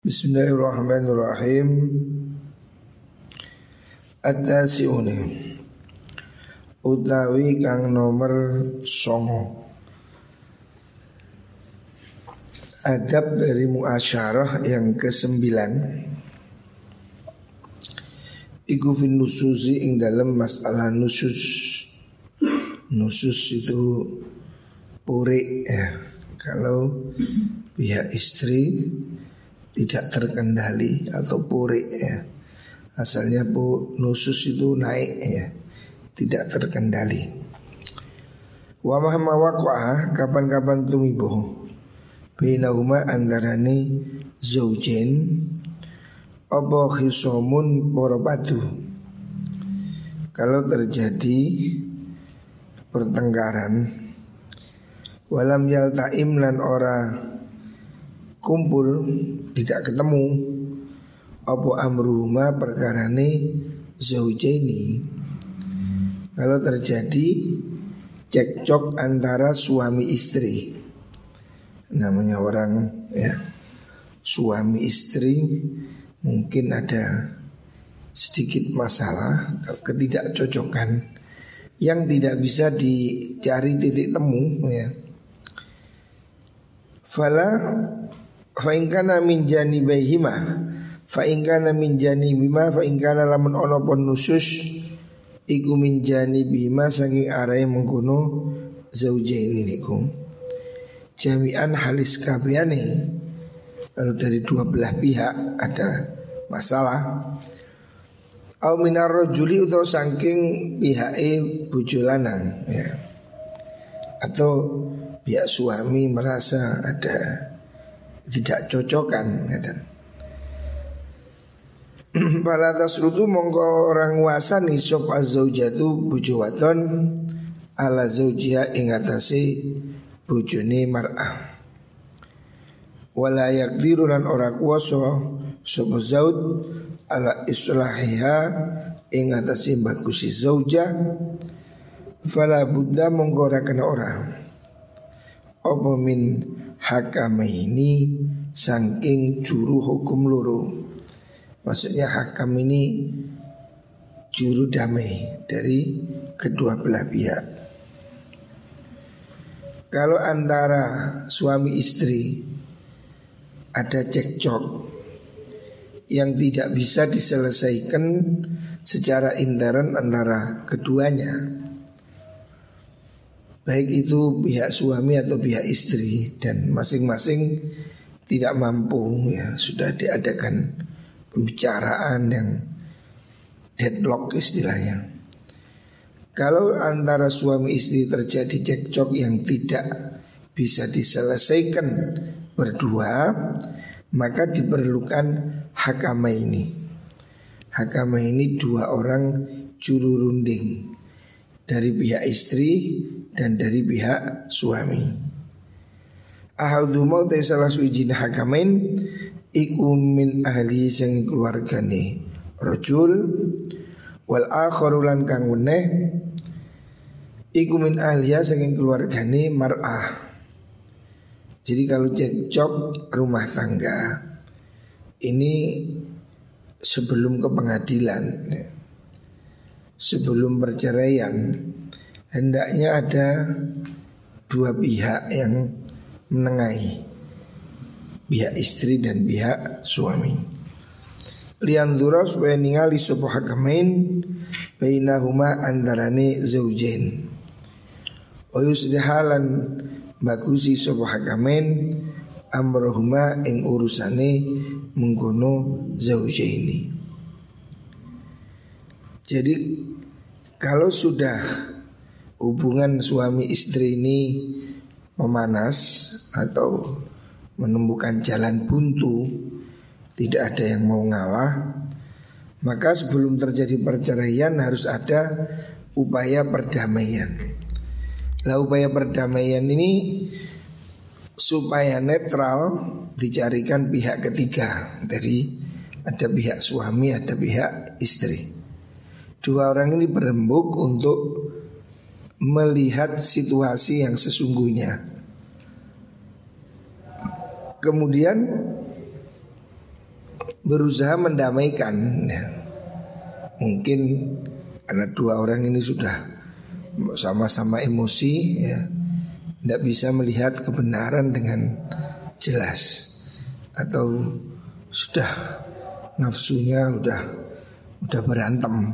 Bismillahirrahmanirrahim. At-tasi'uni utawi kang nomor 9. Adab dari muasyarah yang ke-9. Iku fin nususi ing dalam masalah nusus. Nusus itu puri ya. Kalau pihak istri tidak terkendali atau puri ya. Asalnya nusus itu naik ya, tidak terkendali. Wa mahma waqa'a kapan-kapan tumibuh bainahuma andarani zaujain apa khisomun porobatu. Kalau terjadi pertengkaran walam yaltaim lan ora kumpul, tidak ketemu apa amruhuma perkarane zaujaini. Kalau terjadi cekcok antara suami istri, namanya orang ya, suami istri mungkin ada sedikit masalah, ketidakcocokan yang tidak bisa dicari titik temu ya. Fala fa in kana min janibaihima fa in kana min janibima fa in kana lamun ono pon nusus iku min janibima saking arahe mengkono zaujaini niku jami'an halis kabehane. Kalau dari dua belah pihak ada masalah, au minar rajuli utawa saking pihake bojo lanang ya, atau pihak suami merasa ada tidak cocokan gitu. Pala tasrutu mongko orang wasani sop azzaujatu bojo wadon ala zaujiha ing atase bojone mar'ah. Wala yaqdiru lan ora kuwasa sop zauj ala islahiha ing atase bagusi zauja. Fala buddha mongko ora kena ora apa min hakam ini saking juru hukum loro. Maksudnya hakam ini juru damai dari kedua belah pihak. Kalau antara suami istri ada cekcok yang tidak bisa diselesaikan secara intern antara keduanya, baik itu pihak suami atau pihak istri, dan masing-masing tidak mampu ya, sudah diadakan pembicaraan yang deadlock istilahnya. Kalau antara suami istri terjadi cekcok yang tidak bisa diselesaikan berdua, maka diperlukan hakama ini. Hakama ini dua orang juru runding dari pihak istri dan dari pihak suami. Ahadu mau te salah suijin hakamain iku min ahli sing keluargane rajul wal akharu lan kang weneh iku min ahliya sing keluargane mar'ah. Jadi kalau cekcok rumah tangga ini sebelum ke pengadilan, sebelum perceraian, hendaknya ada dua pihak yang menengahi, pihak istri dan pihak suami. Liandura supaya ningali sapa hakamain bainahuma andarane zaujain. Wa yuslihalan bagusi sapa hakamain amrohuma ing urusane mengkono zaujaini. Jadi kalau sudah hubungan suami istri ini memanas atau menemukan jalan buntu, tidak ada yang mau ngalah, maka sebelum terjadi perceraian harus ada upaya perdamaian. Lah upaya perdamaian ini supaya netral dicarikan pihak ketiga. Dari ada pihak suami, ada pihak istri. Dua orang ini berembuk untuk melihat situasi yang sesungguhnya. Kemudian berusaha mendamaikan ya. Mungkin karena dua orang ini sudah sama-sama emosi ya, tidak bisa melihat kebenaran dengan jelas, atau sudah nafsunya udah berantem.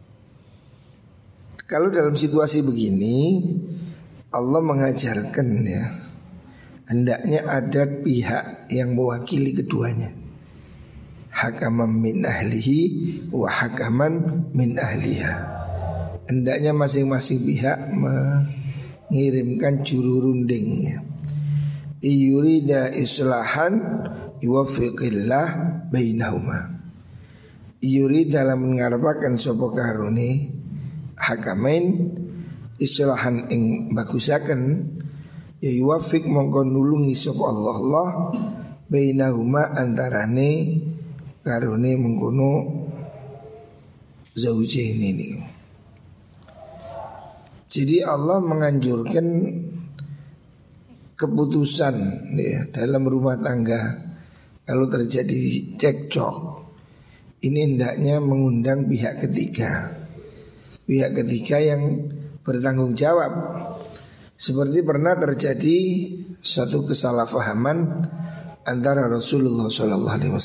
Kalau dalam situasi begini Allah mengajarkan ya, hendaknya ada pihak yang mewakili keduanya, hakaman min ahlihi wa hakaman min ahliha. Hendaknya masing-masing pihak mengirimkan juru runding ya. Iyurida islahan yuwaffiqillah bainahuma. Iyuri dalam mengarpakan sapa karone hakamain islahan ing bagusaken ya yuwaffiq mongko nulungi sapa Allah bainahuma antarane karone mengkono zaujain ini. Jadi Allah menganjurkan keputusan ya, dalam rumah tangga kalau terjadi cekcok ini hendaknya mengundang pihak ketiga. Pihak ketiga yang bertanggung jawab. Seperti pernah terjadi satu kesalahpahaman antara Rasulullah SAW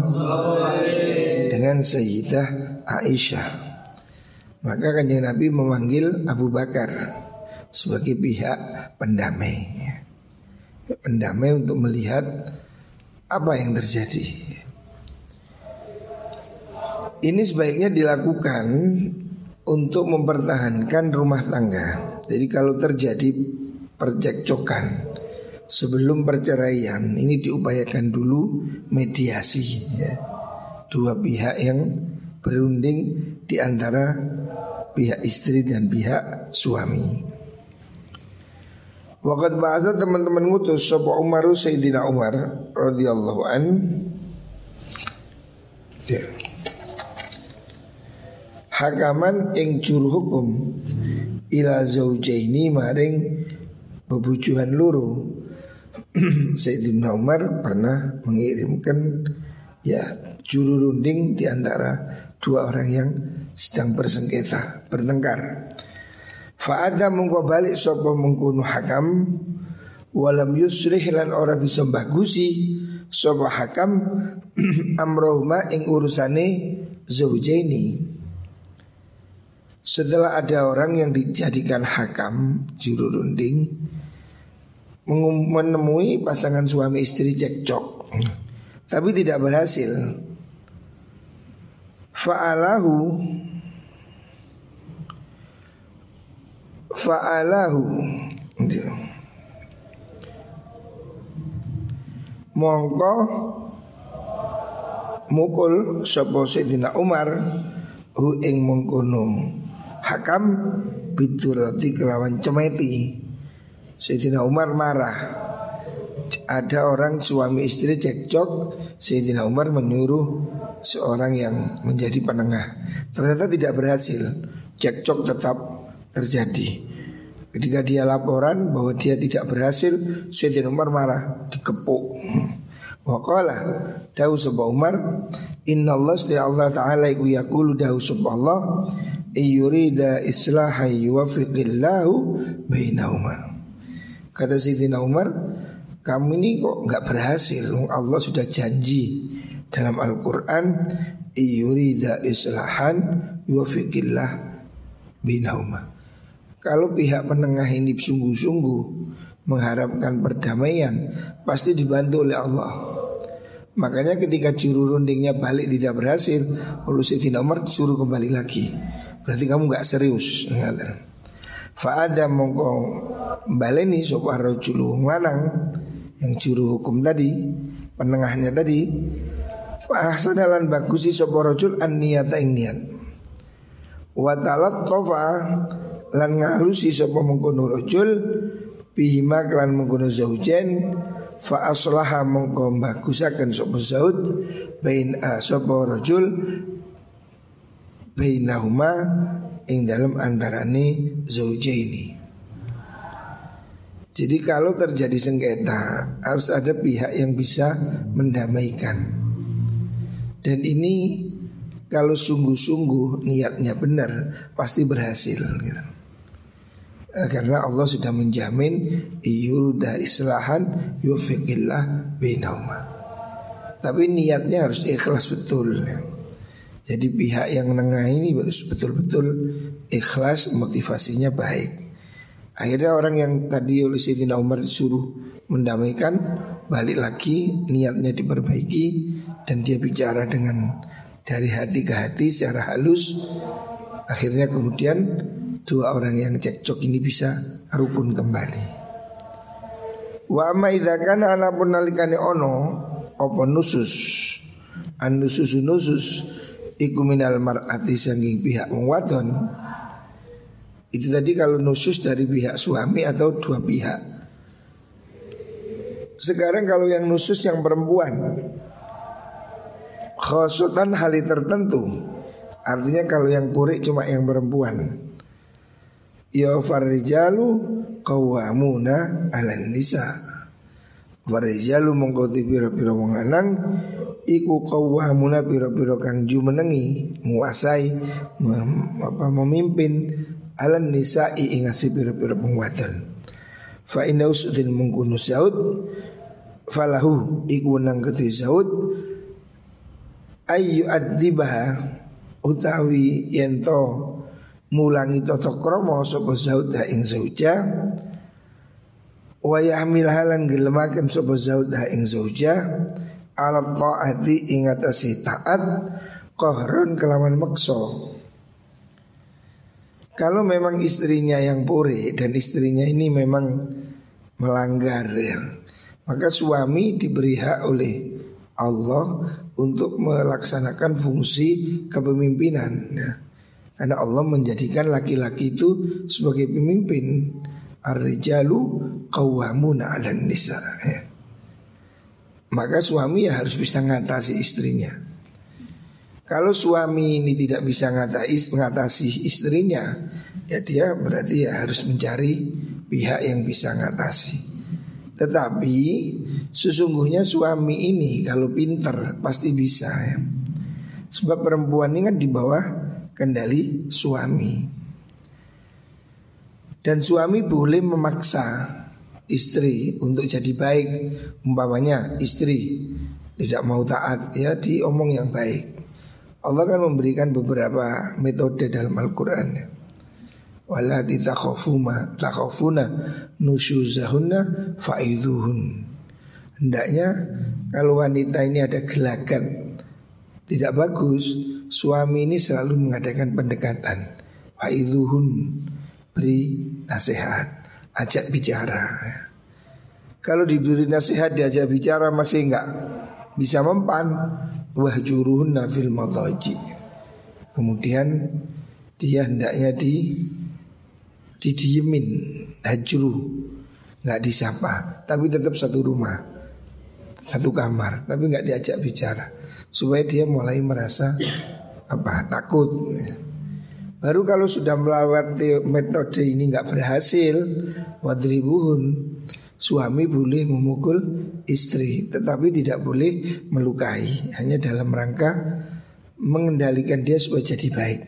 dengan Sayyidah Aisyah. Maka Kanjeng Nabi memanggil Abu Bakar sebagai pihak pendamai. Pendamai untuk melihat apa yang terjadi. Ini sebaiknya dilakukan untuk mempertahankan rumah tangga. Jadi kalau terjadi percekcokan sebelum perceraian, ini diupayakan dulu mediasi ya. Dua pihak yang berunding di antara pihak istri dan pihak suami. Waqad ba'atha teman-teman ngutus sapa Umaru Sayyidina Umar radhiyallahu an ya. Hakaman ing juru hukum ila zaujaini maring bebujuhan loro. Sayyidina Umar pernah mengirimkan ya juru runding di antara dua orang yang sedang bersengketa, bertengkar. Fa'ada mungko balik sapa mengkono hakam walam yusrih lan ora bisa bagusi sapa hakam amrohuma ing urusane zaujaini. Setelah ada orang yang dijadikan hakam juru runding menemui pasangan suami istri cekcok tapi tidak berhasil, fa'alahu mongko mukul sapa Sayyidina Umar hu ing mengkono hakam biturati kelawan cemeti. Sayyidina Umar marah. Ada orang suami istri cekcok, Sayyidina Umar menyuruh seorang yang menjadi penengah. Ternyata tidak berhasil, cekcok tetap terjadi. Ketika dia laporan bahwa dia tidak berhasil, Sayyidina Umar marah, dikepuk. Waqala dawu sapa Umar, innallaha Allah ta'ala iku yaqulu dawu sapa Allah, yurida islaha yuwaffiqillahu bainahuma. Kata Sayyidina Umar, kamu ini kok enggak berhasil? Allah sudah janji dalam Al-Qur'an, yurida islahan yuwaffiqillah bainahuma. Kalau pihak penengah ini sungguh-sungguh mengharapkan perdamaian, pasti dibantu oleh Allah. Makanya ketika juru rundingnya balik tidak berhasil, lalu Sayyidina Umar suruh kembali lagi. Berarti kamu gak serius. Fa'ada mongko baleni sapa rajul lanang yang juru hukum tadi, penengahnya tadi. Fa'ahsanalan bagusi sapa rajul an-niyata ing niat. Wa talattafa lan ngarusi sapa mengkono rajul bihima kelan mengkono zaujen. Fa aslaha mongko bagusaken sapa zaud bain sapa rajul bainahuma ing dalam antarane zaujaini. Jadi kalau terjadi sengketa harus ada pihak yang bisa mendamaikan. Dan ini kalau sungguh-sungguh niatnya benar pasti berhasil gitu. Karena Allah sudah menjamin yurda islahan yufiqillah bainahuma. Tapi niatnya harus ikhlas betul ya. Jadi pihak yang nengah ini harus betul-betul ikhlas, motivasinya baik. Akhirnya orang yang tadi oleh Sayyidina Umar disuruh mendamaikan, balik lagi niatnya diperbaiki dan dia bicara dengan dari hati ke hati secara halus. Akhirnya kemudian dua orang yang cekcok ini bisa rukun kembali. Wa amma idza kana anapun nalikane ono apa nusus an nusus iku minal mar'ati saking pihak wong wadon. Itu tadi kalau nusus dari pihak suami atau dua pihak. Sekarang kalau yang nusus yang perempuan, khosutan hali tertentu. Artinya kalau yang purik cuma yang perempuan. Ya farrijalu qawwamuna 'alan nisa. Farrijalu mongkoti pira-pira wong lanang iku qawwamuna pira-pira kang jumenengi, nguasai, memimpin 'alan nisa'i ing asih pira-pira wong wadon. Fa inna usdin mungkunu zaud falahu iku nang kedhe zaud ayu addibaha utawi yento mulangi tata krama sapa zaudah ing zauja wa yahmil halan gelemaken sapa zaudah ing zauja ala taati ing atase taat qahron kelawan maksa. Kalau memang istrinya yang pure dan istrinya ini memang melanggar ya, maka suami diberi hak oleh Allah untuk melaksanakan fungsi kepemimpinan ya. Karena Allah menjadikan laki-laki itu sebagai pemimpin. Ar-rijalu qawwamuna 'alan nisa ya. Maka suami ya harus bisa ngatasi istrinya. Kalau suami ini tidak bisa mengatasi istrinya, ya dia berarti ya harus mencari pihak yang bisa ngatasi. Tetapi sesungguhnya suami ini kalau pinter pasti bisa ya. Sebab perempuan ini kan di bawah kendali suami. Dan suami boleh memaksa istri untuk jadi baik. Umpamanya istri tidak mau taat, ya diomong yang baik. Allah kan memberikan beberapa metode dalam Al-Quran. Walati takhafuna nusyuzahunna fa'idhuhun. Hendaknya kalau wanita ini ada gelagat tidak bagus, suami ini selalu mengadakan pendekatan. Fa'idhuhun, beri nasihat, ajak bicara. Kalau diberi nasihat diajak bicara masih enggak bisa mempan, wahjuruhunna fil madhaji. Kemudian dia hendaknya didiemin, hajru, enggak disapa, tapi tetap satu rumah, satu kamar, tapi enggak diajak bicara, supaya dia mulai merasa takut. Baru kalau sudah melewati metode ini enggak berhasil, wadribuhun, suami boleh memukul istri, tetapi tidak boleh melukai, hanya dalam rangka mengendalikan dia supaya jadi baik.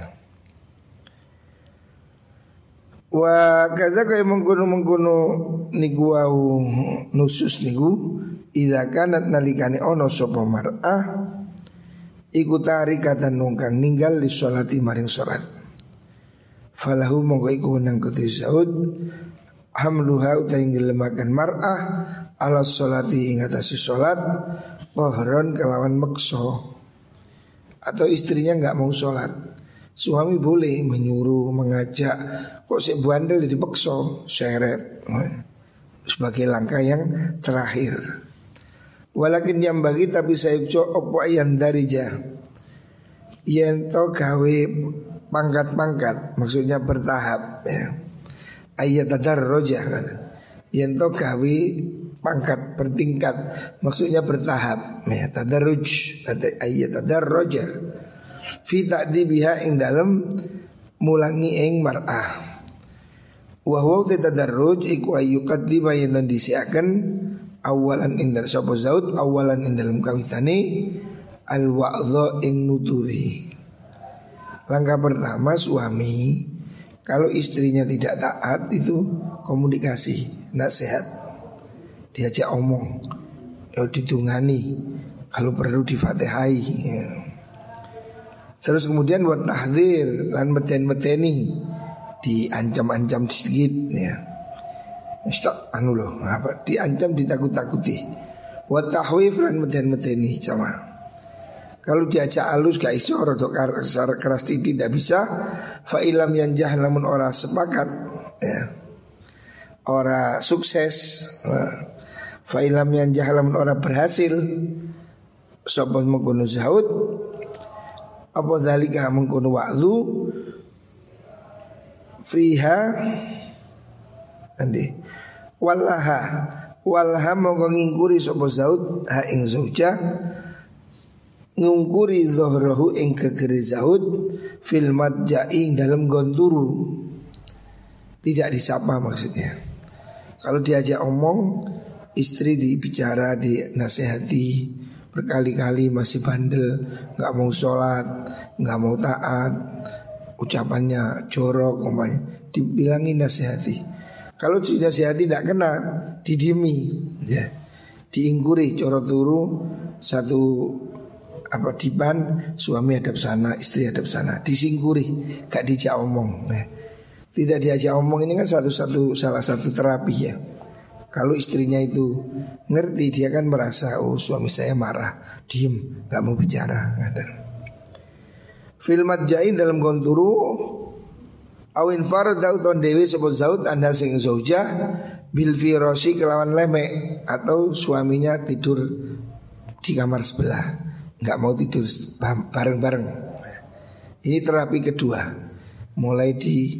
Wa kadza kaya mengkono niku wau nusus niku idza kanat nalikane ono sapa mar'ah iku tarikatan nungkang ninggal li sholati maring salat. Falahu mongko iku nang kudu saud hamluha utaing gelemakan mar'ah ala sholati ing atase salat qahron kelawan maksa. Atau istrinya enggak mau sholat, suami boleh menyuruh, mengajak, kok si bandel dipaksa, seret sebagai langkah yang terakhir. Walakin yang bagi tapi saya opo yang darija yen to gawe pangkat-pangkat, maksudnya bertahap ya. Ayat tadarroja kan, yen to gawe pangkat bertingkat, maksudnya bertahap ya. Tadarruj, ayat tadarroja fi ta'dibiha ing dalam mulangi ing mar'ah. Wa huwa tadarruj iku ayyuqaddima yen disiaken awalan ing dalam sapa zaud awalan ing dalam kawitane al-wa'dha ing nuturi. Langkah pertama suami kalau istrinya tidak taat itu komunikasi, nasihat, diajak omong, ditungani, kalau perlu difatihai ya. Terus kemudian buat tahdzir lan meten-meteni, diancam-ancam sedikit ya. Diancam, ditakut-takuti. Wa tahwif lan meten-meteni sama. Kalau diajak halus gak iso atau keras tidak bisa. Fa ilam yanjah lamun ora sepakat ya. Ora sukses. Fa ilam yanjah lamun ora berhasil. Sapa mengkono zaud apa dzalika mengkono wa'dhu fiha andi wallaha mongko ngingkuri sapa zaud ha ing zauja ngungkuri dhahrahu ing gegere zaud fil madja'i dalam gonduru, tidak disapa maksudnya. Kalau diajak omong istri dibicara, dinasehati berkali-kali masih bandel, nggak mau sholat, nggak mau taat, ucapannya jorok, umpamanya dibilangin nasihati. Kalau dinasihati tidak kena, didiemi, ya, diingkuri, coro turu satu diban, suami hadap sana, istri hadap sana, disingkuri, gak dijak omong. Tidak diajak omong ini kan salah satu terapi ya. Kalau istrinya itu ngerti, dia kan merasa oh suami saya marah, diem, gak mau bicara. Filmat jain dalam konturu awin faradau ton dewi sebut zaud anda sing zaujah bil firosi kelawan lemek, atau suaminya tidur di kamar sebelah, gak mau tidur bareng-bareng. Ini terapi kedua, mulai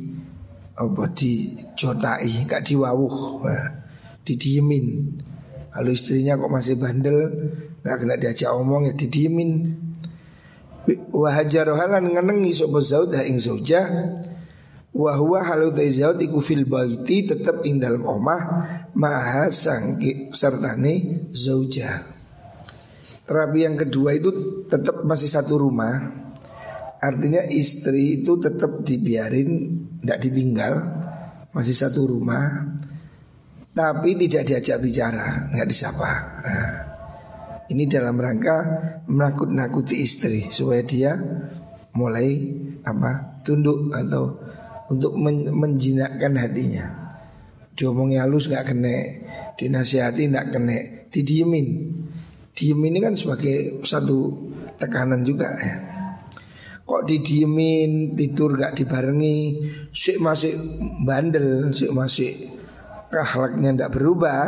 dijotai, gak diwawuh, didiemin. Kalau istrinya kok masih bandel, gak kena diajak omong, ya didiemin. Wahajarohalan ngenengi sopo zaud ha ing zaujah. Wahwa halu zaud iku fil baiti tetep ing dalam omah maha sangki sertane zaujah. Terapi yang kedua itu tetap masih satu rumah. Artinya istri itu tetap dibiarin, tidak ditinggal, masih satu rumah, tapi tidak diajak bicara, nggak disapa. Ini dalam rangka menakut-nakuti istri supaya dia mulai tunduk atau untuk menjinakkan hatinya. Diomongin halus nggak kena, dinasihati nggak kena, didiemin. Diem ini kan sebagai satu tekanan juga ya. Kok didiemin, tidur gak dibarengi, sik masih bandel, sik masih akhlaknya ndak berubah.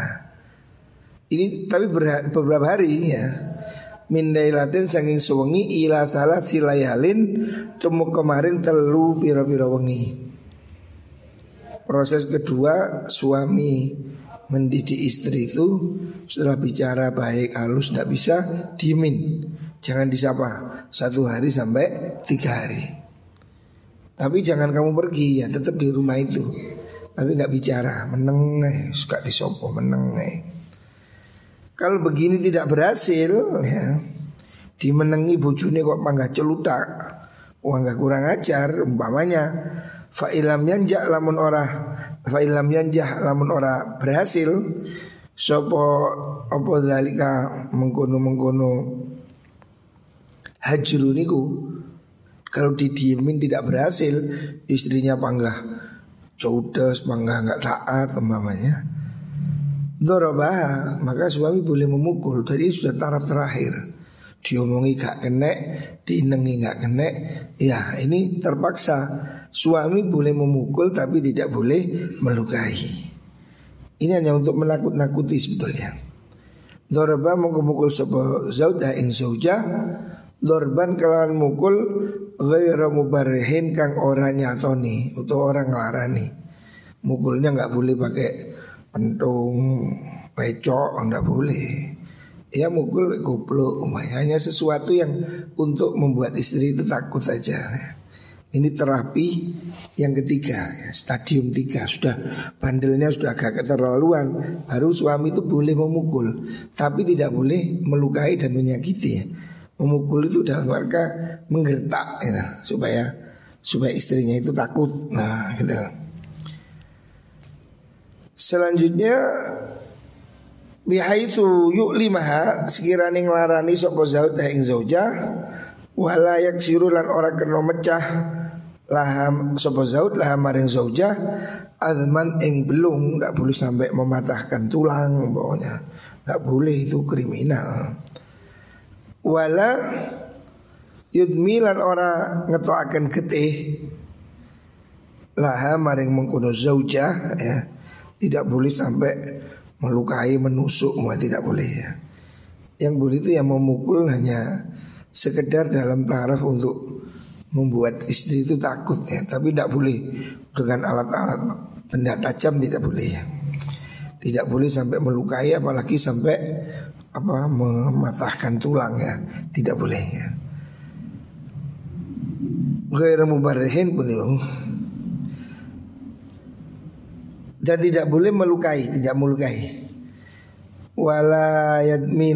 Ini tapi beberapa hari ya. Min dailatin saking sewengi ila salah silayalin temu kemarin telu pira-pira wengi. Proses kedua suami mendidik istri itu setelah bicara baik halus tidak bisa diemin, jangan disapa 1 hari sampai 3 hari. Tapi jangan kamu pergi ya, tetap di rumah itu. Tapi nggak bicara, meneng suka disopo meneng. Kalau begini tidak berhasil ya, dimenengi bojone kok panggah celutak, nggak kurang ajar umpamanya. Fa'ilam yanjah lamun ora berhasil sopo opo dalika mengkono hajru niku. Kalau didiemin tidak berhasil, istrinya panggah cudes, panggah nggak taat umpamanya, dorobah, maka suami boleh memukul. Tadi sudah taraf terakhir, diomongi gak kena, dinengi gak kena. Ya ini terpaksa suami boleh memukul tapi tidak boleh melukai. Ini hanya untuk menakut-nakuti sebetulnya. Dorba mengumukul sebuah zaudah ing zaujah. Dorban kelawan mukul ghairu mubarrihin kang ora nyatoni atau orang ngelarani. Mukulnya gak boleh pakai pentung, pecok, gak boleh. Ya mukul goblok, hanya sesuatu yang untuk membuat istri itu takut saja. Ini terapi yang ketiga, stadium 3. Sudah bandelnya sudah agak keterlaluan, baru suami itu boleh memukul, tapi tidak boleh melukai dan menyakiti. Memukul itu dalam rangka menggertak gitu, supaya istrinya itu takut. Nah gitu. Selanjutnya bihaitsu yu'limaha, sekiranya nglarani sapa zaud ing zaujah, wala yaksiru lan ora kena mecah laham sapa zaud laham maring zaujah, azman ing belung, ndak boleh sampai mematahkan tulang, pokoknya ndak boleh, itu kriminal. Wala yudmi lan ora ngetokaken getih laha maring mengkono zaujah ya, tidak boleh sampai melukai, menusuk, tidak boleh ya. Yang boleh itu yang memukul hanya sekedar dalam taraf untuk membuat istri itu takut ya, tapi tidak boleh dengan alat-alat benda tajam, tidak boleh ya. Tidak boleh sampai melukai, apalagi sampai mematahkan tulang ya, tidak boleh ya. Ghairu mubarrihin beliau. Dan tidak boleh melukai, tidak melukai. Wala yudmi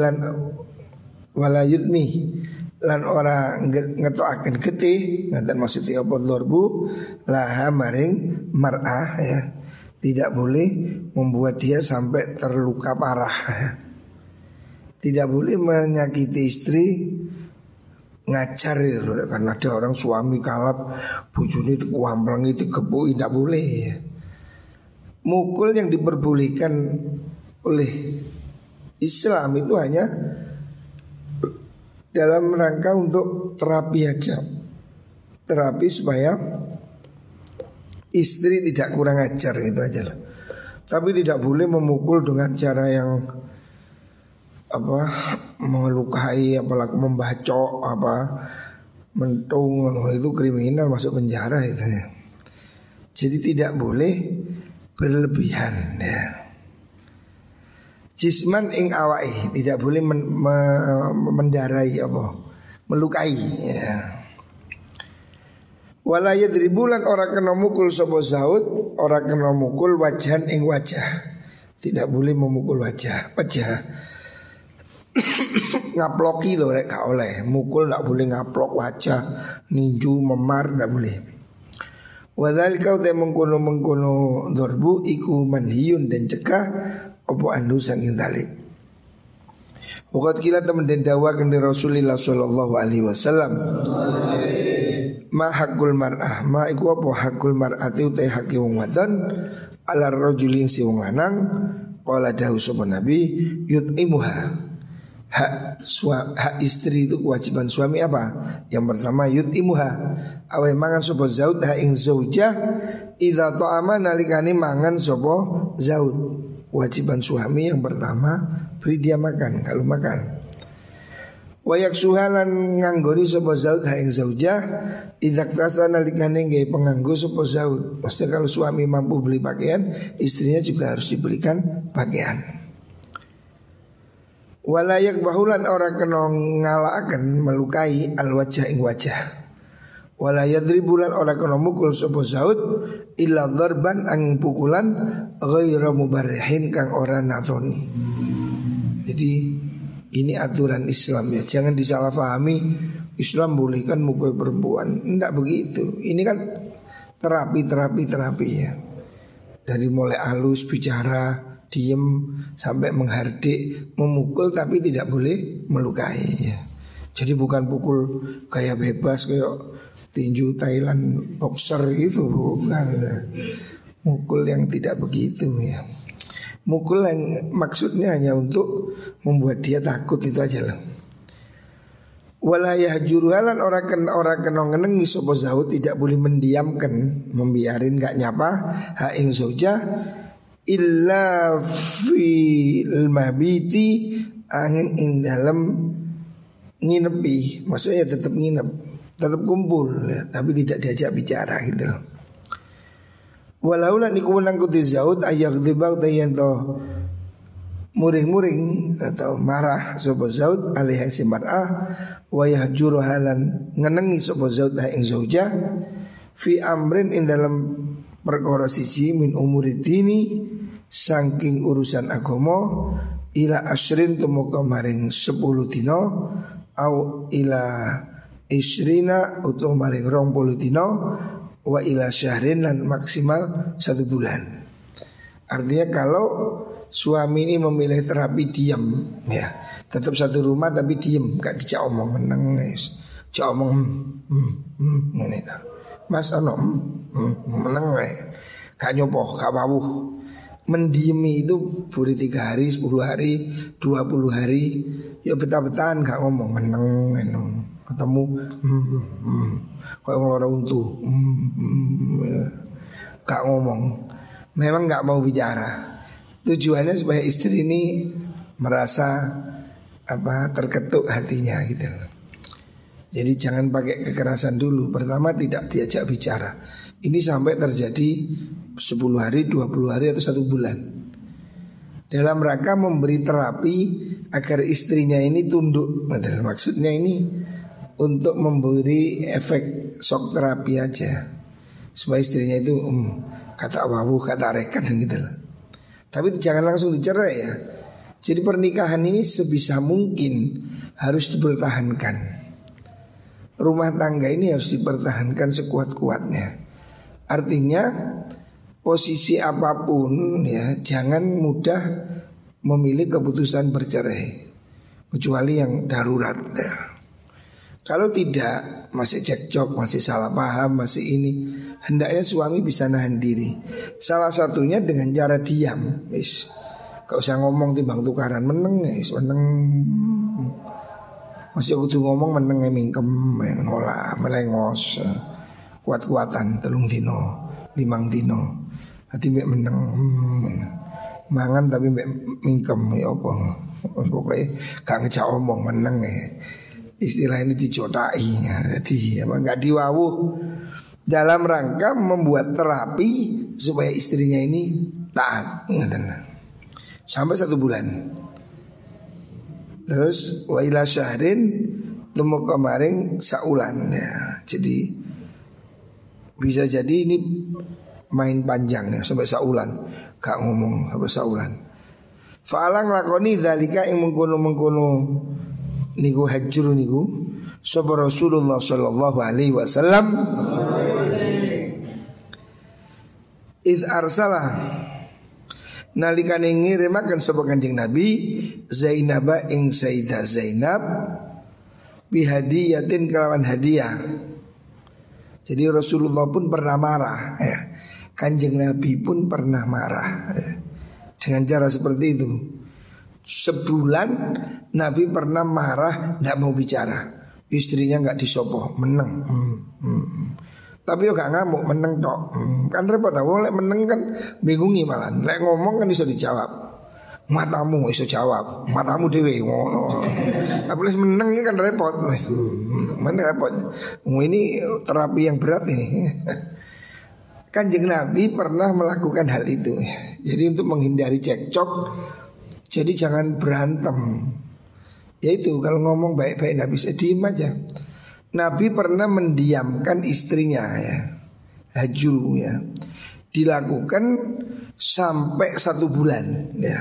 lan ora ngetokaken getih, ngaten maksudnya apa dorbu laha maring mar'ah ya. Tidak boleh membuat dia sampai terluka parah ya. Tidak boleh menyakiti istri ngacar itu, karena ada orang suami kalap bojone itu kuamplang itu kepui, tidak boleh ya. Mukul yang diperbolehkan oleh Islam itu hanya dalam rangka untuk terapi aja, terapi supaya istri tidak kurang ajar, gitu aja lah. Tapi tidak boleh memukul dengan cara yang melukai, apalagi membacok, mentung, itu kriminal, masuk penjara itu ya. Jadi tidak boleh berlebihan ya. Jisman ing awai, tidak boleh mendarai melukai ya. Wala yadribulan ora kena mukul sapa zaud, ora kena mukul wajahan ing wajah. Tidak boleh memukul wajah. Ngaploki loh rek gak oleh. Mukul gak boleh ngaplok wajah, ninju, memar gak boleh. Wadzalika ta mengkono dorbu iku manhiyun dan cegah opo andu saking dalik. Waqat kila temen den dawaken di Rasulullah sallallahu alaihi wasallam. Ma hakul mar'ah, ma iku apa hakul mar'ati utai haki wong wadon ala rajulin si wong lanang. Qala dawu sapa nabi yut'imuha. Hak istri itu kewajiban suami apa? Yang pertama yut'imuha, awe mangan sapa zaud ha ing zaujah idza ta'ama nalikane mangan sapa zaud. Kewajiban suami yang pertama beri dia makan kalau makan. Wayak suhalan nganggori sapa zaud ha ing zaujah idza tasa nalikane nggih penganggo sapa zaud. Maksudnya kalau suami mampu beli pakaian, istrinya juga harus dibelikan pakaian. Walayak bahulan orang kena ngalaaken melukai al wajah ing wajah. Walayadribulan orang kena mukul sapa zaud illa dharban angin pukulan ghairu mubarrihin kang ora natoni. Jadi ini aturan Islam ya, jangan disalahpahami. Islam bolehkan mukul perempuan, enggak begitu. Ini kan terapi ya. Dari mulai halus bicara, diem sampai menghardik, memukul tapi tidak boleh melukai ya. Jadi bukan pukul kayak bebas kayak tinju Thailand boxer itu, bukan. Mukul yang tidak begitu ya. Mukul yang maksudnya hanya untuk membuat dia takut, itu aja lah. Walayah juruhalan orang kena ngenengi sapa zaud, tidak boleh mendiamkan, membiarin gak nyapa ha ing zaujah illa fil mabiti angin ing dalam nginepi, maksudnya tetap nginep, tetap kumpul ya, tapi tidak diajak bicara gitu. Walau lan iku nangkuti zaud ayak dibau tayanto muring-muring atau marah sapa zaud alih si mar'ah wa yahjuru halan ngenengi sapa zaud ing zaujah fi amrin ing dalam perkara siji min umuri dini saking urusan agama ila asrin tumeka maring 10 dina au ila isrina utuh maring 20 dino wa ila syahrin lan maksimal 1 bulan. Artinya kalau suami ini memilih terapi diam ya, tetap satu rumah tapi diam, gak dijak omong meneng guys. Dijak omong ngene ta. Mas ono meneng gak nyopoh, gak wawuh. Mendiemi itu boleh 3 hari, 10 hari, 20 hari. Ya betah-betahan gak ngomong meneng ketemu kayak ngelora untu gak ngomong. Memang gak mau bicara. Tujuannya supaya istri ini merasa terketuk hatinya gitu. Jadi jangan pakai kekerasan dulu. Pertama tidak diajak bicara. Ini sampai terjadi 10 hari, 20 hari atau 1 bulan. Dalam rangka memberi terapi agar istrinya ini tunduk. Maksudnya ini untuk memberi efek shock terapi aja, supaya istrinya itu kata wawu, kata rekan gitu loh. Tapi jangan langsung dicerai ya. Jadi pernikahan ini sebisa mungkin harus dipertahankan. Rumah tangga ini harus dipertahankan sekuat-kuatnya. Artinya posisi apapun ya, jangan mudah memilih keputusan bercerai, kecuali yang darurat ya. Kalau tidak, masih cekcok, masih salah paham, masih ini, hendaknya suami bisa nahan diri. Salah satunya dengan cara diam. Wis, gak usah ngomong timbang tukaran, meneng wis meneng. Masih kudu ngomong meneng mingkem, nolak, melengos, kuat-kuatan 3 dino, 5 dino. Hati mbek meneng, mangan tapi mbek mingkem ya apa. Pokoknya gak ngejak omong meneng ya. Istilah ini dicotai ya. Jadi nggak diwawuh dalam rangka membuat terapi supaya istrinya ini taat sampai 1 bulan. Terus wa ila syahrin temu kemarin saulan ya. Jadi bisa jadi ini main panjang ya sampai saulan, gak ngomong sampai saulan. Fa'alang lakoni dzalika ing mengkono-mengkono niku hajru niku sapa Rasulullah sallallahu alaihi wasallam id arsala nalikane ngirimaken sapa Kanjeng Nabi Zainab ing Sayyidah Zainab bihadiyatin kelawan hadiah. Jadi Rasulullah pun pernah marah ya. Kanjeng Nabi pun pernah marah ya. Dengan cara seperti itu. Sebulan Nabi pernah marah, tidak mau bicara. Istrinya nggak disopoh, meneng. Tapi yo gak ngamuk, meneng tok. Kan repot aku lek meneng kan bingungi malah. Lek ngomong kan bisa dijawab. Matamu iso jawab, matamu dhewe ngono. Tapi lek meneng ini kan repot. Mana repot. Ini terapi yang berat ini. Kanjeng Nabi pernah melakukan hal itu. Jadi untuk menghindari cekcok, jadi jangan berantem. Yaitu kalau ngomong baik-baik Nabi bisa diem aja. Nabi pernah mendiamkan istrinya ya, hajru ya, dilakukan sampai 1 bulan ya.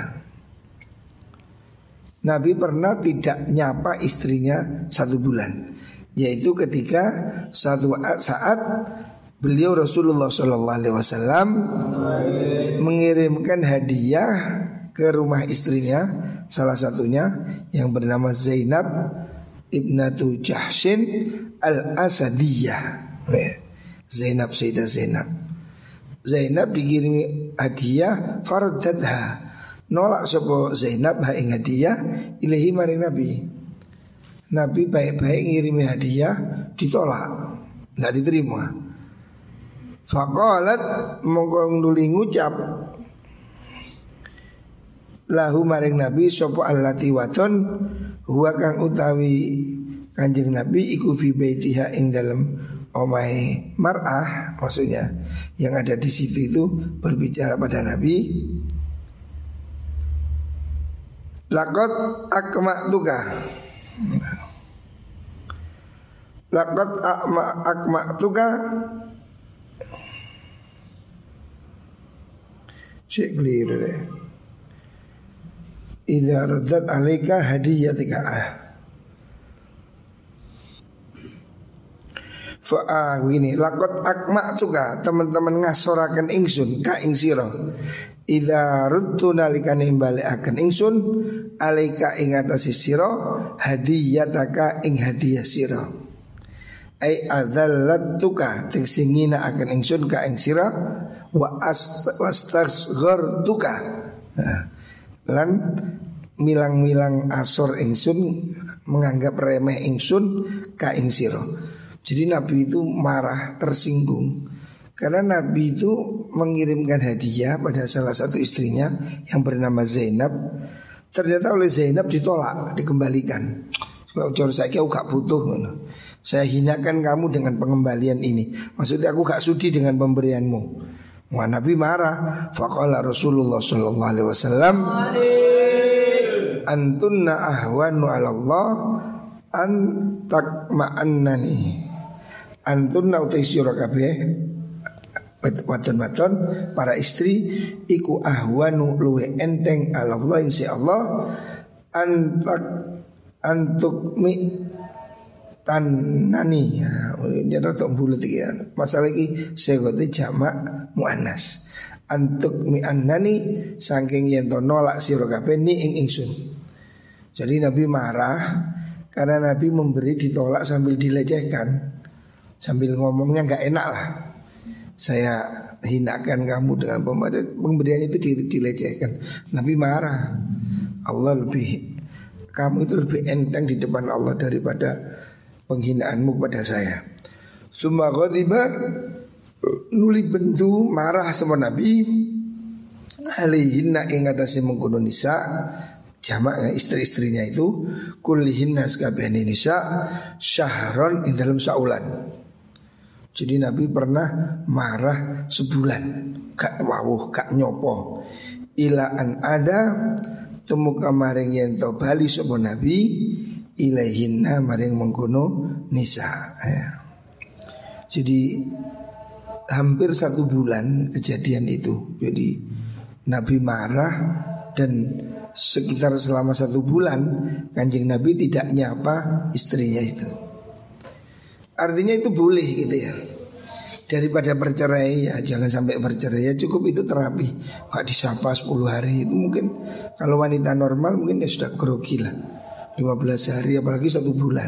Nabi pernah tidak nyapa istrinya 1 bulan, yaitu ketika suatu saat beliau Rasulullah SAW mengirimkan hadiah ke rumah istrinya, salah satunya yang bernama Zainab ibnatu Jahshin al-Asadiyah. Zainab, Sayyidah Zainab. Zainab dikirimi hadiah, fardadha, nolak sapa Zainab ha ing hadiah ilahi maring Nabi. Nabi baik-baik ngirimi hadiah, ditolak, enggak diterima. Faqalat mongko nuli ngucap lahu maring Nabi sapa allati waton huwa kang utawi Kanjeng Nabi iku fi baitiha ing dalem omahe mar'ah, maksudnya yang ada di situ itu berbicara pada Nabi. Laqad akma'tuka, laqad akma'tuka, cek keliru deh. Idza raddat alaika hadiyatika, Begini, lakot akma tuka teman-teman ngasorakan ingsun ka ing sira. Idza ruttu nalikane balekaken ingsun alaika ing atase sira hadiyataka ing hadiah sira. Ai adzallatuka teksingina akan ingsun ka ing sira wa wastaghfartuka. Lan milang-milang asor ingsun menganggap remeh ingsun ka ing sira. Jadi Nabi itu marah, tersinggung karena Nabi itu mengirimkan hadiah pada salah satu istrinya yang bernama Zainab. Ternyata oleh Zainab ditolak, dikembalikan. Ujar saya aku gak butuh. Saya hinakan kamu dengan pengembalian ini. Maksudnya aku gak sudi dengan pemberianmu. Wah, Nabi marah. Faqala Rasulullah sallallahu alaihi wasallam, antunna ahwanu 'ala Allah an takma'annani. Antunna utai sira kabeh wadon-wadon para istri iku ahwanu luwe enteng 'ala Allah insya Allah antuk mi tanani ya jadi tok bulet iki ya. Masalah iki segote jamak muannas. Antuk mi annani saking yen to nolak sira kabeh ni ing ingsun. Jadi Nabi marah karena Nabi memberi ditolak sambil dilecehkan. Sambil ngomongnya enggak enak lah. Saya hinakan kamu dengan pemberian itu dilecehkan. Nabi marah. Allah kamu itu lebih enteng di depan Allah daripada penghinaanmu kepada saya. Summa ghadiba nuli bentu marah sama Nabi alaihinna ing atase mengkono nisa jamak istri-istrinya itu kullihinna sakabehane nisa syahron ing dalam saulan. Jadi Nabi pernah marah sebulan gak wawuh gak nyopo ila an ada temu kamaring yen to bali sapa Nabi ilaihinna maring mengkono nisa ya. Jadi hampir 1 bulan kejadian itu. Jadi Nabi marah dan sekitar selama 1 bulan Kanjeng Nabi tidak nyapa istrinya itu. Artinya itu boleh gitu ya. Daripada bercerai ya jangan sampai bercerai ya cukup itu terapi. Gak disapa 10 hari itu mungkin kalau wanita normal mungkin ya sudah grogi lah. 15 hari apalagi 1 bulan.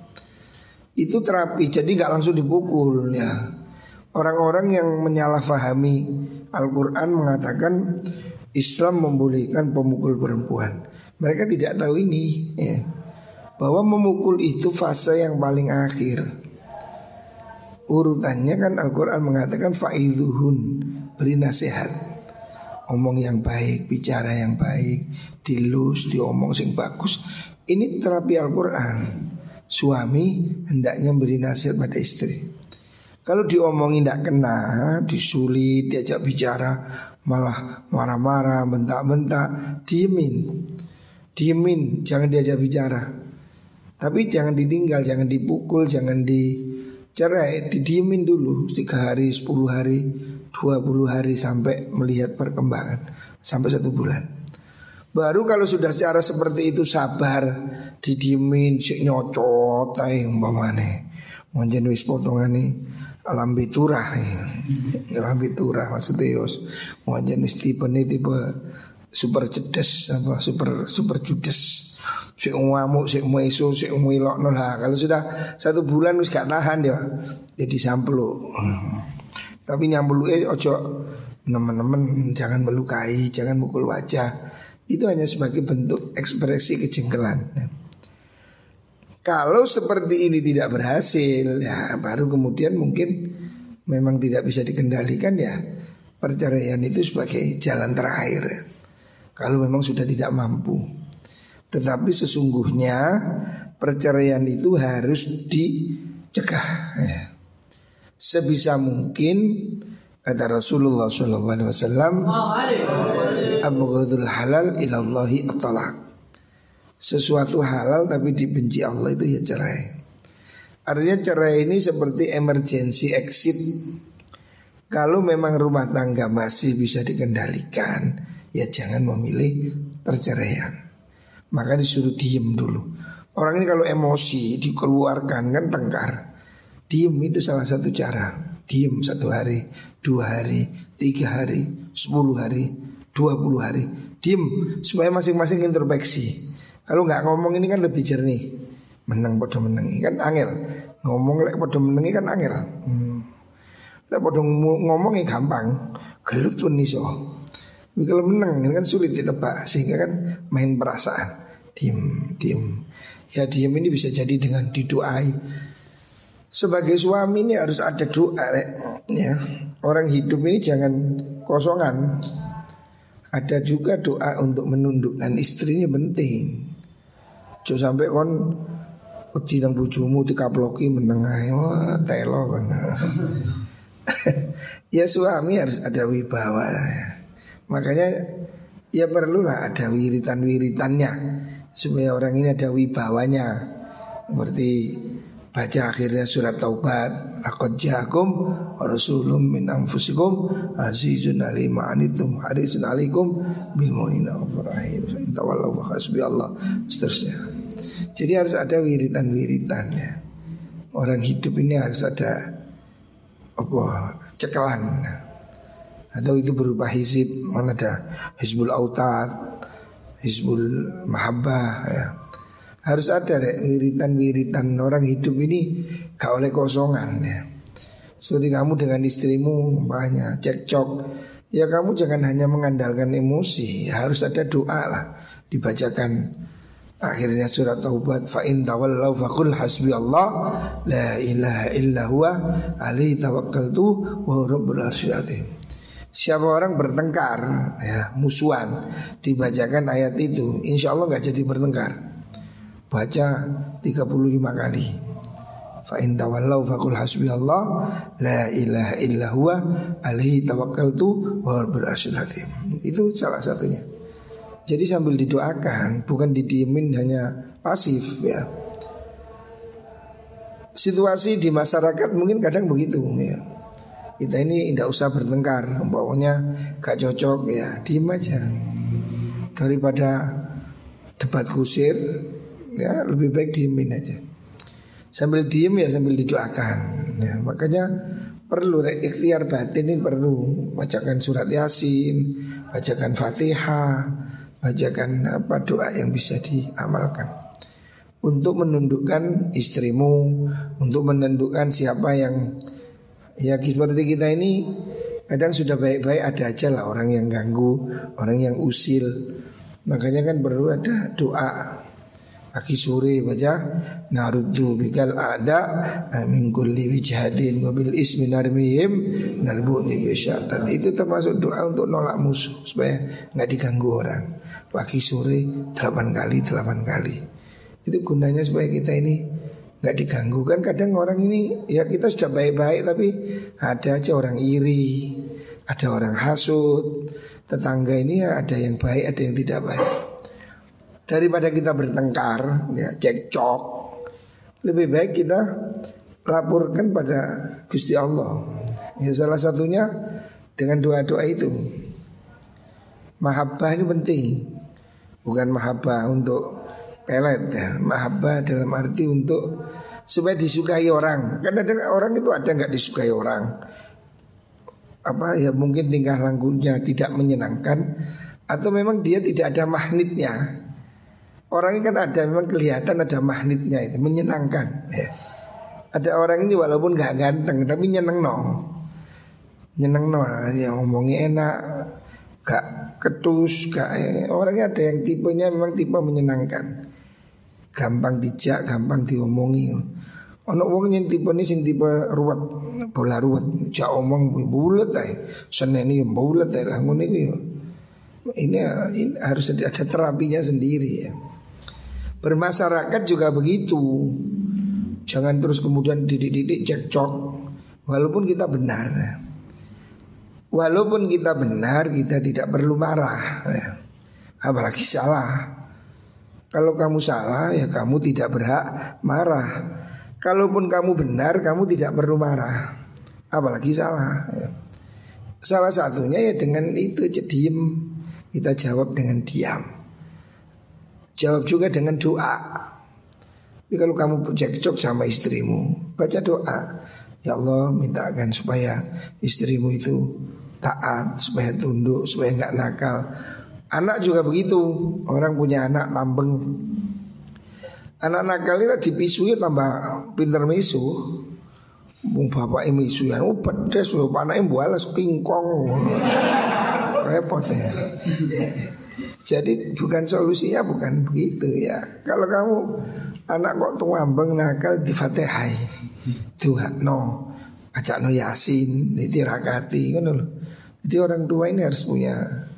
Itu terapi jadi gak langsung dipukul ya. Orang-orang yang menyalahfahami Al-Quran mengatakan Islam membolehkan pemukul perempuan. Mereka tidak tahu ini ya. Bahwa memukul itu fase yang paling akhir. Urutannya kan Al-Quran mengatakan fa'idhuhun, beri nasihat, omong yang baik, bicara yang baik, dilus, diomong sing bagus. Ini terapi Al-Quran. Suami hendaknya beri nasihat pada istri. Kalau diomongin tidak kena, disulit, diajak bicara, malah marah-marah, bentak-bentak, diemin, jangan diajak bicara. Tapi jangan ditinggal, jangan dipukul, jangan dicerai, didiemin dulu 3 hari, 10 hari, 20 hari sampai melihat perkembangan, sampai 1 bulan. Baru kalau sudah secara seperti itu sabar, didiemin, sik nyocot ae umpamane. Monjen wis potongane lambe turah. Lambe turah maksudnya wis monjen wis tipe super cerdas apa super judes. Sik ngamuk, sik meso, sik ngilokno lah. Kalau sudah 1 bulan wis gak tahan ya. Jadi sampelu. Tapi nyambuluke ojo nemen-nemen, jangan melukai, jangan mukul wajah. Itu hanya sebagai bentuk ekspresi kejengkelan. Kalau seperti ini tidak berhasil, ya baru kemudian mungkin memang tidak bisa dikendalikan ya. Perceraian itu sebagai jalan terakhir. Kalau memang sudah tidak mampu. Tetapi sesungguhnya perceraian itu harus dicegah ya. Sebisa mungkin kata Rasulullah SAW, abghadul halal ilallahi at-talaq. Sesuatu halal tapi dibenci Allah itu ya cerai. Artinya cerai ini seperti emergency exit. Kalau memang rumah tangga masih bisa dikendalikan, ya jangan memilih perceraian. Maka disuruh diem dulu. Orang ini kalau emosi dikeluarkan kan tengkar. Diem itu salah satu cara. Diem 1 hari, 2 hari, 3 hari, 10 hari, 20 hari. Diem supaya masing-masing introspeksi. Kalau nggak ngomong ini kan lebih jernih. Menang podo menengi kan angel. Ngomong lek podo menengi kan angel. Lek podo ngomongnya gampang. Gelut tuh niso. Tapi kalau menang ini kan sulit ditebak. Sehingga kan main perasaan. Diem. Ya diem ini bisa jadi dengan didoai. Sebagai suami ini harus ada doa ya. Orang hidup ini jangan kosongan. Ada juga doa untuk menundukkan istrinya penting. Jangan sampai kon wedi nang bojomu dikaploki meneng ae. Wah, telo kan. Ya suami harus ada wibawa. Makanya ya perlulah ada wiritan-wiritannya supaya orang ini ada wibawanya. Seperti baca akhirnya surat Taubat, laqad ja'akum rasulun min anfusikum azizun alayhi ma anittum harisun alaikum bil mu'minina ghafurur rahim. Tawallahu fa hasbiyallah seterusnya. Jadi harus ada wiritan-wiritannya. Orang hidup ini harus ada cekelan. Atau itu berupa hizib, mana ada hizbul autad, hizbul mahabbah ya. Harus ada wiritan-wiritan. Orang hidup ini gak oleh kosongan ya. Seperti kamu dengan istrimu banyak cekcok, ya kamu jangan hanya mengandalkan emosi, harus ada doa lah. Dibacakan akhirnya surat Taubat, fa in tawallaw faqul hasbiyallah la ilaha illa huwa alaihi tawakkaltu wa rabbul arsyil azim. Siapa orang bertengkar ya, musuhan, dibacakan ayat itu, insya Allah gak jadi bertengkar. Baca 35 kali. Fa in tawallaw faqul hasbiyallah la ilaha illa huwa alaihi tawakkaltu wa rabbul arsyil azim. Itu salah satunya. Jadi sambil didoakan, bukan didiemin hanya pasif ya. Situasi di masyarakat mungkin kadang begitu ya. Kita ini tidak usah bertengkar, pokoknya gak cocok ya, diem aja. Daripada debat kusir ya, lebih baik diemin aja. Sambil diem ya sambil didoakan ya. Makanya perlu ikhtiar batin ini perlu. Bacakan surat Yasin, bacakan Fatihah, bacakan doa yang bisa diamalkan untuk menundukkan istrimu, untuk menundukkan siapa yang ya seperti kita ini. Kadang sudah baik-baik ada aja lah orang yang ganggu, orang yang usil. Makanya kan perlu ada doa. Pagi sore baca naruddu bikal ada min kulli wijhadin wa bil ismi narmihim nalbu'ni bisyatan. Itu termasuk doa untuk nolak musuh supaya enggak diganggu orang. Pagi sore 8 kali. Itu gunanya supaya kita ini enggak diganggu. Kan kadang orang ini ya kita sudah baik-baik tapi ada aja orang iri, ada orang hasut. Tetangga ini ya ada yang baik, ada yang tidak baik. Daripada kita bertengkar, ya cekcok, lebih baik kita laporkan pada Gusti Allah. Ya salah satunya dengan doa-doa itu. Mahabbah ini penting, bukan mahabbah untuk pelet ya. Mahabbah dalam arti untuk supaya disukai orang. Karena orang itu ada nggak disukai orang. Ya mungkin tingkah lakunya tidak menyenangkan, atau memang dia tidak ada magnetnya. Orang ini kan ada memang kelihatan ada magnetnya itu menyenangkan ya. Ada orang ini walaupun gak ganteng tapi nyeneng no ya, ngomongnya enak, gak ketus, orangnya ada yang tipenya memang tipe menyenangkan, gampang dijak, gampang diomongi. Ono wong yang tipe ini sing tipe ruwet, bola ruwet, jak omong bulet ae, seneni bulet ae lah ngono iku ya. Ini harus ada terapinya sendiri ya. Bermasyarakat juga begitu. Jangan terus kemudian didik-didik cekcok. Walaupun kita benar, kita tidak perlu marah ya. Apalagi salah. Kalau kamu salah ya kamu tidak berhak marah. Kalaupun kamu benar kamu tidak perlu marah. Apalagi salah ya. Salah satunya ya dengan itu diem. Kita jawab dengan diam. Jawab juga dengan doa. Jadi kalau kamu cekcok sama istrimu, baca doa. Ya Allah, mintakan supaya istrimu itu taat, supaya tunduk, supaya enggak nakal. Anak juga begitu. Orang punya anak tambeng, anak nakal ini dipisui tambah pinter misu. Bapak misu ya, pedes, anaknya balas kingkong. Repot ya. Jadi bukan solusinya bukan begitu ya. Kalau kamu anak kok tuambeng nakal di Fatihah, Tuhan no, ajak no Yasin, ditirakati kan loh. Jadi orang tua ini harus punya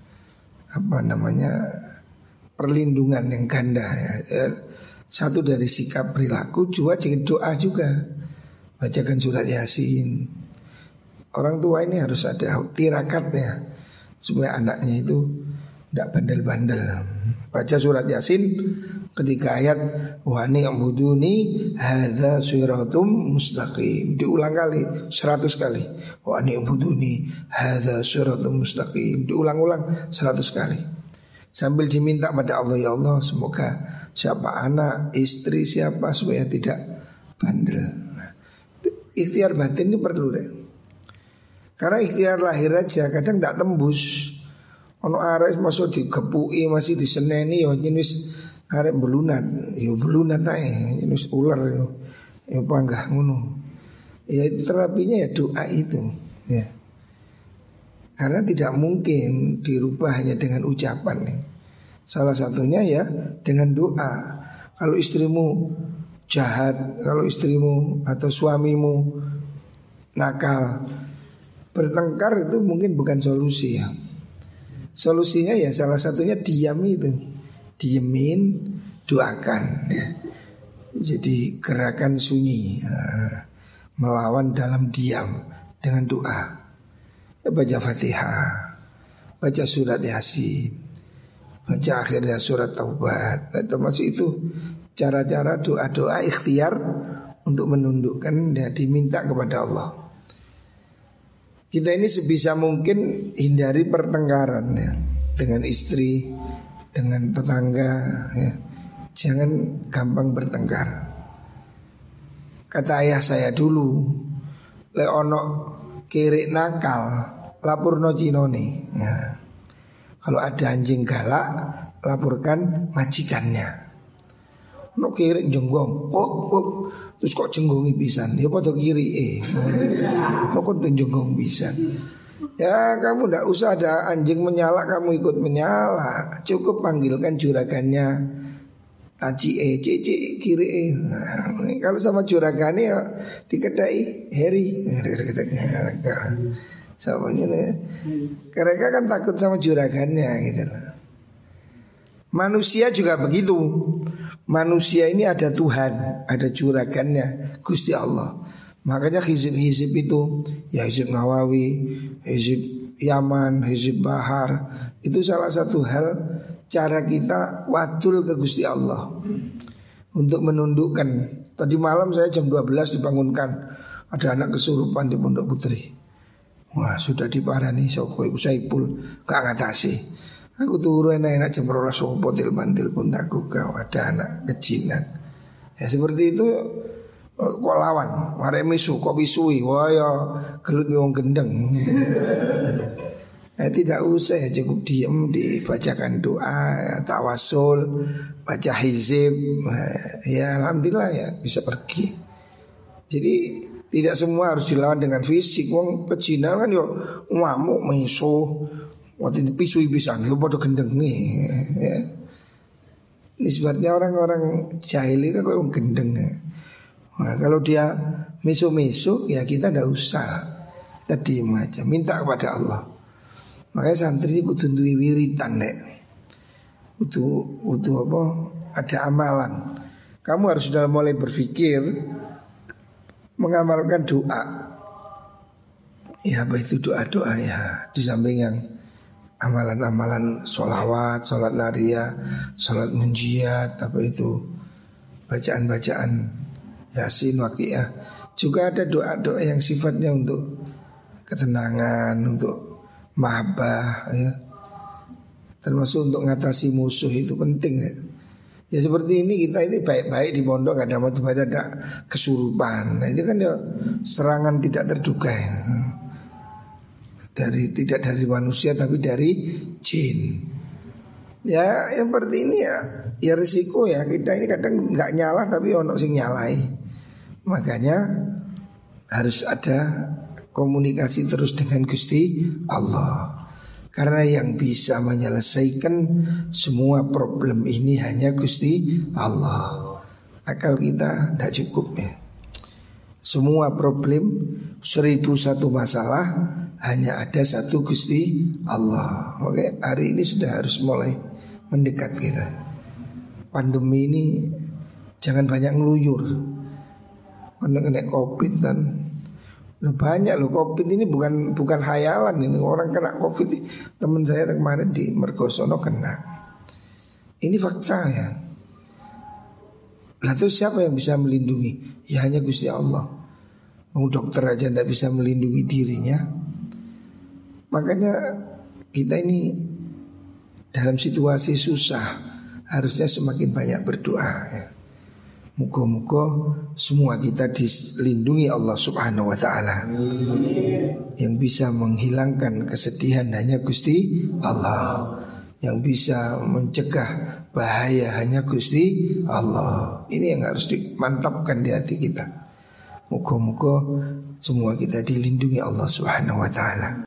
perlindungan yang ganda ya. Satu dari sikap perilaku, dua doa juga. Bacakan surat Yasin. Orang tua ini harus ada tirakatnya supaya anaknya itu tidak bandel-bandel. Baca surat Yasin ketika ayat wa ni'buduni hadza siratum mustaqim, diulang kali 100 kali. Wa ni'buduni hadza siratum mustaqim, diulang-ulang 100 kali. Sambil diminta pada Allah, ya Allah semoga siapa anak, istri siapa supaya tidak bandel. Nah, ikhtiar batin ini perlu deh. Karena ikhtiar lahir aja kadang tidak tembus. Ono arek masuk digepui masih diseneni yo jenis arek belunat, yo belunat ae, jenis ular yo panggah ngono. Ya terapinya ya doa itu, ya. Karena tidak mungkin dirubah hanya dengan ucapan. Salah satunya ya dengan doa. Kalau istrimu jahat, kalau istrimu atau suamimu nakal, bertengkar itu mungkin bukan solusi ya. Solusinya ya salah satunya diam itu. Diemin, doakan ya. Jadi gerakan sunyi melawan dalam diam dengan doa ya, baca Fatihah, baca surat Yasin, baca akhirnya surat Taubat. Nah, termasuk itu cara-cara doa-doa ikhtiar untuk menundukkan ya, diminta kepada Allah. Kita ini sebisa mungkin hindari pertengkaran ya, dengan istri, dengan tetangga ya. Jangan gampang bertengkar. Kata ayah saya dulu, le ono kiri nakal lapurno cinone. Nah, kalau ada anjing galak laporkan majikannya. Ono kiri jenggong, terus kok jenggongi pisan? Ya padha kiri kok jenggong pisan? Ya kamu ndak usah ada anjing menyala kamu ikut menyala. Cukup panggilkan juragannya. Taci cici kiri nah, kalau sama juragannya ya dikedai Heri. Samanya mereka kan takut sama juragannya gitu. Manusia juga begitu. Manusia ini ada Tuhan, ada juragannya Gusti Allah. Makanya hizib-hizib itu ya hizib Nawawi, hizib Yaman, hizib Bahar, itu salah satu hal cara kita wadul ke Gusti Allah untuk menundukkan. Tadi malam saya jam 12 dibangunkan, ada anak kesurupan di Pondok Putri. Wah sudah diparani sopo iku Saipul gak ngatasi. Aku turu enak-enak jam 12 sopo tilpan-tilpun takku kau ada anak kejinan. Ya seperti itu kok lawan, mare misu kok bisui, wah ya gelut wong gendeng. Tidak usah ya cukup diam dibacakan doa, ya, tawasul, baca hizib, ya alhamdulillah ya bisa pergi. Jadi tidak semua harus dilawan dengan fisik. Wong pecina kan yo ngamuk misu, waktu dipisui pisan yo padha gendeng nih. Ya. Nisbatnya orang-orang jahili kan kok wong gendeng. Ya. Nah, kalau dia misu-misu ya kita tidak usah, kita diam aja, minta kepada Allah. Makanya santri kudu duwe wiritan nek. Kudu apa? Ada amalan. Kamu harus sudah mulai berpikir mengamalkan doa. Ya apa itu doa-doa ya. Di samping yang amalan-amalan sholawat, sholat nariyah, sholat munjiat, apa itu bacaan-bacaan Yasin, Waqiah. Juga ada doa-doa yang sifatnya untuk ketenangan, untuk mahabbah ya. Termasuk untuk mengatasi musuh itu penting ya. Ya seperti ini kita ini baik-baik di pondok kadang tiba-tiba ada kesurupan. Nah itu kan ya serangan tidak terduga ya. Tidak dari manusia tapi dari jin. Ya yang seperti ini ya risiko ya, kita ini kadang nggak nyala tapi ono sing nyalai. Makanya harus ada komunikasi terus dengan Gusti Allah. Karena yang bisa menyelesaikan semua problem ini hanya Gusti Allah. Akal kita tidak cukup ya. Semua problem 1001 masalah hanya ada satu Gusti Allah. Oke, hari ini sudah harus mulai mendekat kita. Pandemi ini jangan banyak ngeluyur. Kena COVID dan banyak loh. COVID ini bukan hayalan, ini orang kena COVID. Teman saya kemarin di Mergosono kena. Ini fakta ya. Lalu siapa yang bisa melindungi? Ya hanya Gusti Allah. Mau dokter aja tidak bisa melindungi dirinya. Makanya kita ini dalam situasi susah harusnya semakin banyak berdoa ya. Muka-muka semua kita dilindungi Allah Subhanahu wa ta'ala. Yang bisa menghilangkan kesedihan hanya Gusti Allah. Yang bisa mencegah bahaya hanya Gusti Allah. Ini yang harus dimantapkan di hati kita. Muka-muka semua kita dilindungi Allah Subhanahu wa ta'ala.